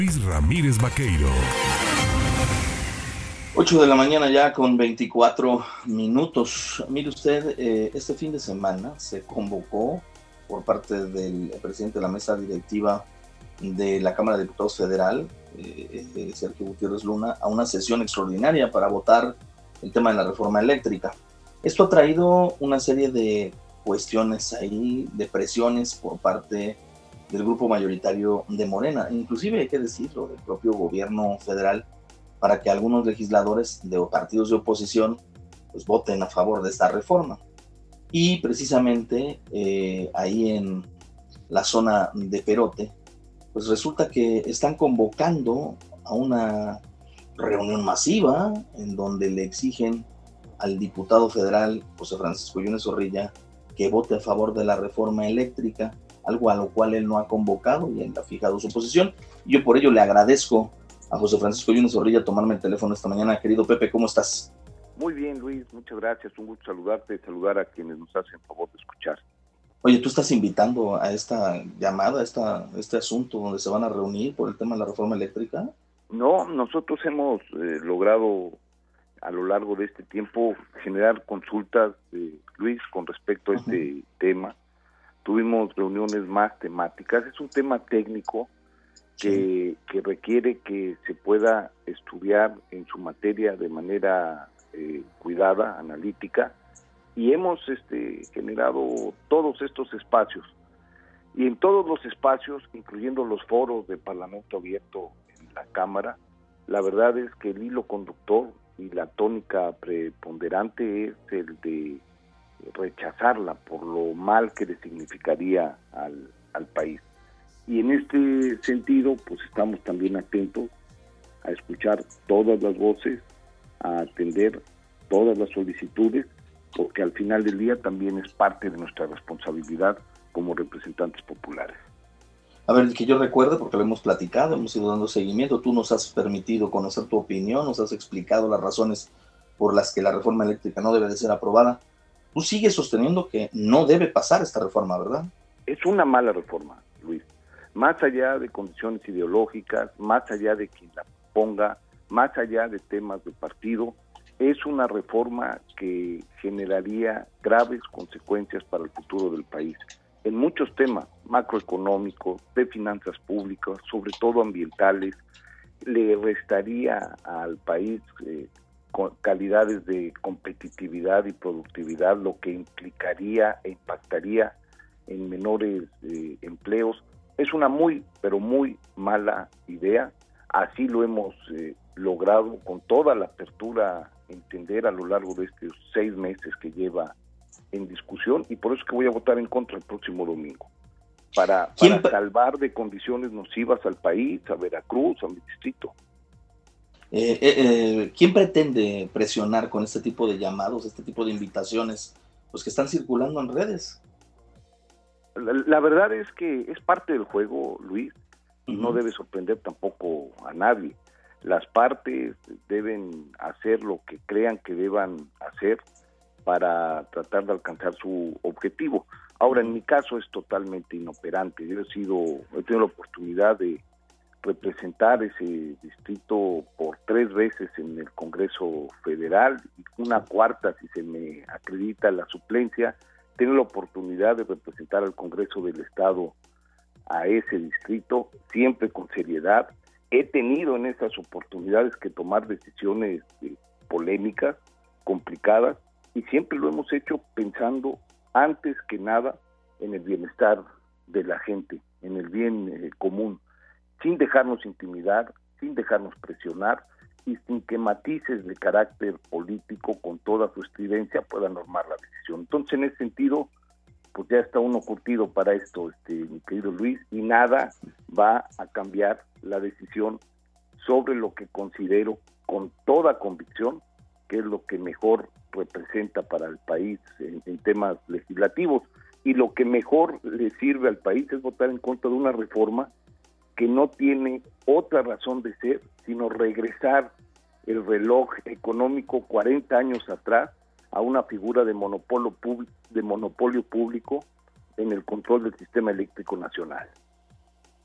Luis Ramírez Vaqueiro. 8 de la mañana ya con 24 minutos. Mire usted, este fin de semana se convocó por parte del presidente de la mesa directiva de la Cámara de Diputados Federal, Sergio Gutiérrez Luna, a una sesión extraordinaria para votar el tema de la reforma eléctrica. Esto ha traído una serie de cuestiones ahí, de presiones por parte del grupo mayoritario de Morena, inclusive hay que decirlo, del propio gobierno federal, para que algunos legisladores de partidos de oposición pues voten a favor de esta reforma. Y precisamente ahí en la zona de Perote, pues resulta que están convocando a una reunión masiva en donde le exigen al diputado federal José Francisco Yunes Zorrilla que vote a favor de la reforma eléctrica, algo a lo cual él no ha convocado y él ha fijado su posición. Y yo por ello le agradezco a José Francisco Yunes Zorrilla tomarme el teléfono esta mañana. Querido Pepe, ¿cómo estás? Muy bien, Luis, muchas gracias, un gusto saludarte y saludar a quienes nos hacen favor de escuchar. Oye, tú estás invitando a esta llamada, a este asunto donde se van a reunir por el tema de la reforma eléctrica. No, nosotros hemos logrado a lo largo de este tiempo generar consultas, Luis, con respecto a este tema. Tuvimos reuniones más temáticas, es un tema técnico que requiere que se pueda estudiar en su materia de manera cuidada, analítica, y hemos generado todos estos espacios, y en todos los espacios, incluyendo los foros de Parlamento Abierto en la Cámara, la verdad es que el hilo conductor y la tónica preponderante es el de rechazarla por lo mal que le significaría al país. Y en este sentido, pues estamos también atentos a escuchar todas las voces, a atender todas las solicitudes, porque al final del día también es parte de nuestra responsabilidad como representantes populares. A ver, que yo recuerde, porque lo hemos platicado, hemos ido dando seguimiento, tú nos has permitido conocer tu opinión, nos has explicado las razones por las que la reforma eléctrica no debe de ser aprobada. Tú sigues sosteniendo que no debe pasar esta reforma, ¿verdad? Es una mala reforma, Luis. Más allá de condiciones ideológicas, más allá de quien la ponga, más allá de temas de partido, es una reforma que generaría graves consecuencias para el futuro del país. En muchos temas macroeconómicos, de finanzas públicas, sobre todo ambientales, le restaría al país calidades de competitividad y productividad, lo que implicaría e impactaría en menores empleos. Es una muy, pero muy mala idea. Así lo hemos logrado con toda la apertura entender a lo largo de estos 6 meses que lleva en discusión, y por eso es que voy a votar en contra el próximo domingo, para salvar de condiciones nocivas al país, a Veracruz, a mi distrito. ¿Quién pretende presionar con este tipo de llamados, este tipo de invitaciones, pues que están circulando en redes? La verdad es que es parte del juego, Luis, y no debe sorprender tampoco a nadie. Las partes deben hacer lo que crean que deban hacer para tratar de alcanzar su objetivo. Ahora, en mi caso es totalmente inoperante. Yo he tenido la oportunidad de representar ese distrito por 3 veces en el Congreso Federal, y una cuarta, si se me acredita la suplencia. Tengo la oportunidad de representar al Congreso del Estado a ese distrito, siempre con seriedad. He tenido en esas oportunidades que tomar decisiones polémicas, complicadas, y siempre lo hemos hecho pensando antes que nada en el bienestar de la gente, en el bien común, sin dejarnos intimidar, sin dejarnos presionar y sin que matices de carácter político con toda su estridencia puedan normar la decisión. Entonces, en ese sentido, pues ya está uno curtido para esto, mi querido Luis, y nada va a cambiar la decisión sobre lo que considero con toda convicción que es lo que mejor representa para el país en temas legislativos, y lo que mejor le sirve al país es votar en contra de una reforma que no tiene otra razón de ser, sino regresar el reloj económico 40 años atrás a una figura de monopolio público en el control del sistema eléctrico nacional.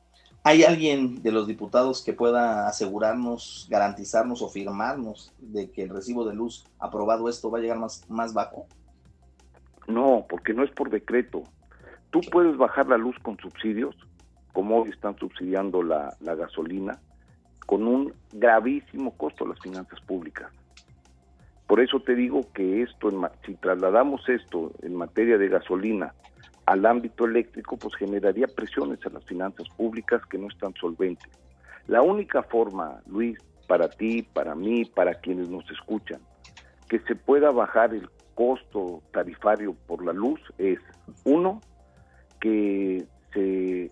¿Hay alguien de los diputados que pueda asegurarnos, garantizarnos o firmarnos de que el recibo de luz aprobado esto va a llegar más bajo? No, porque no es por decreto. Tú puedes bajar la luz con subsidios, como hoy están subsidiando la gasolina, con un gravísimo costo a las finanzas públicas. Por eso te digo que esto, si trasladamos esto en materia de gasolina al ámbito eléctrico, pues generaría presiones a las finanzas públicas que no están solventes. La única forma, Luis, para ti, para mí, para quienes nos escuchan, que se pueda bajar el costo tarifario por la luz es, uno, que se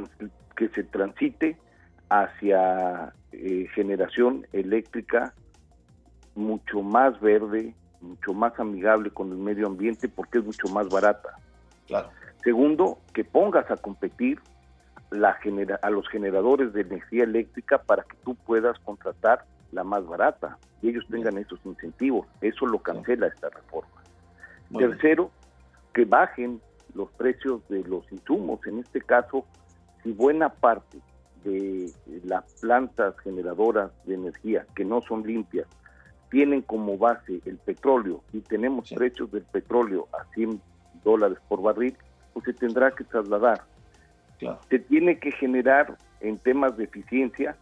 transite hacia generación eléctrica mucho más verde, mucho más amigable con el medio ambiente, porque es mucho más barata. Claro. Segundo, que pongas a competir a los generadores de energía eléctrica para que tú puedas contratar la más barata y ellos tengan esos incentivos. Eso lo cancela esta reforma. Tercero, que bajen los precios de los insumos. En este caso, si buena parte de las plantas generadoras de energía que no son limpias tienen como base el petróleo y tenemos precios del petróleo a $100 por barril, pues se tendrá que trasladar. Claro. Se tiene que generar en temas de eficiencia,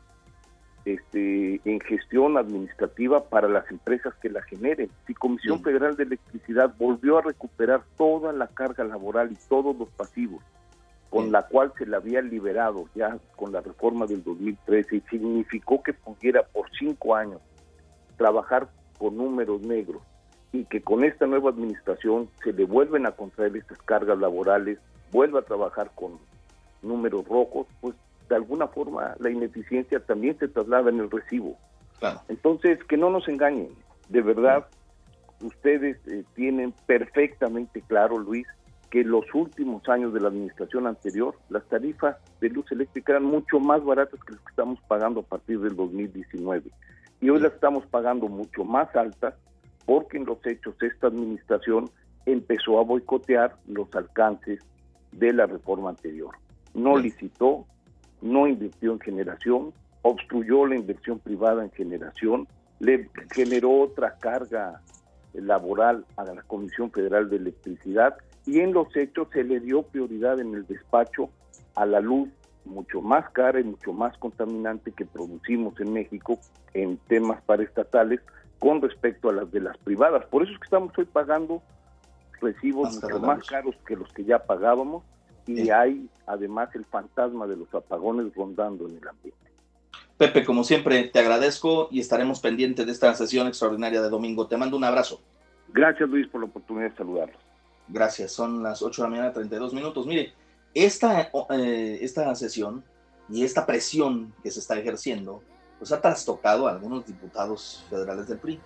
en gestión administrativa para las empresas que la generen. Si Comisión Federal de Electricidad volvió a recuperar toda la carga laboral y todos los pasivos con la cual se la había liberado ya con la reforma del 2013 y significó que pudiera por 5 años trabajar con números negros y que con esta nueva administración se le vuelven a contraer estas cargas laborales, vuelva a trabajar con números rojos, pues de alguna forma la ineficiencia también se traslada en el recibo. Claro. Entonces, que no nos engañen, de verdad, ustedes tienen perfectamente claro, Luis, que los últimos años de la administración anterior, las tarifas de luz eléctrica eran mucho más baratas que las que estamos pagando a partir del 2019. Y hoy las estamos pagando mucho más altas porque en los hechos esta administración empezó a boicotear los alcances de la reforma anterior. No licitó, no invirtió en generación, obstruyó la inversión privada en generación, le generó otra carga laboral a la Comisión Federal de Electricidad y en los hechos se le dio prioridad en el despacho a la luz mucho más cara y mucho más contaminante que producimos en México en temas paraestatales con respecto a las de las privadas. Por eso es que estamos hoy pagando recibos mucho más caros que los que ya pagábamos y hay además el fantasma de los apagones rondando en el ambiente. Pepe, como siempre, te agradezco y estaremos pendientes de esta sesión extraordinaria de domingo. Te mando un abrazo. Gracias, Luis, por la oportunidad de saludarlos. Gracias, son las 8 de la mañana, 32 minutos. Mire, esta sesión y esta presión que se está ejerciendo, pues ha trastocado a algunos diputados federales del PRI.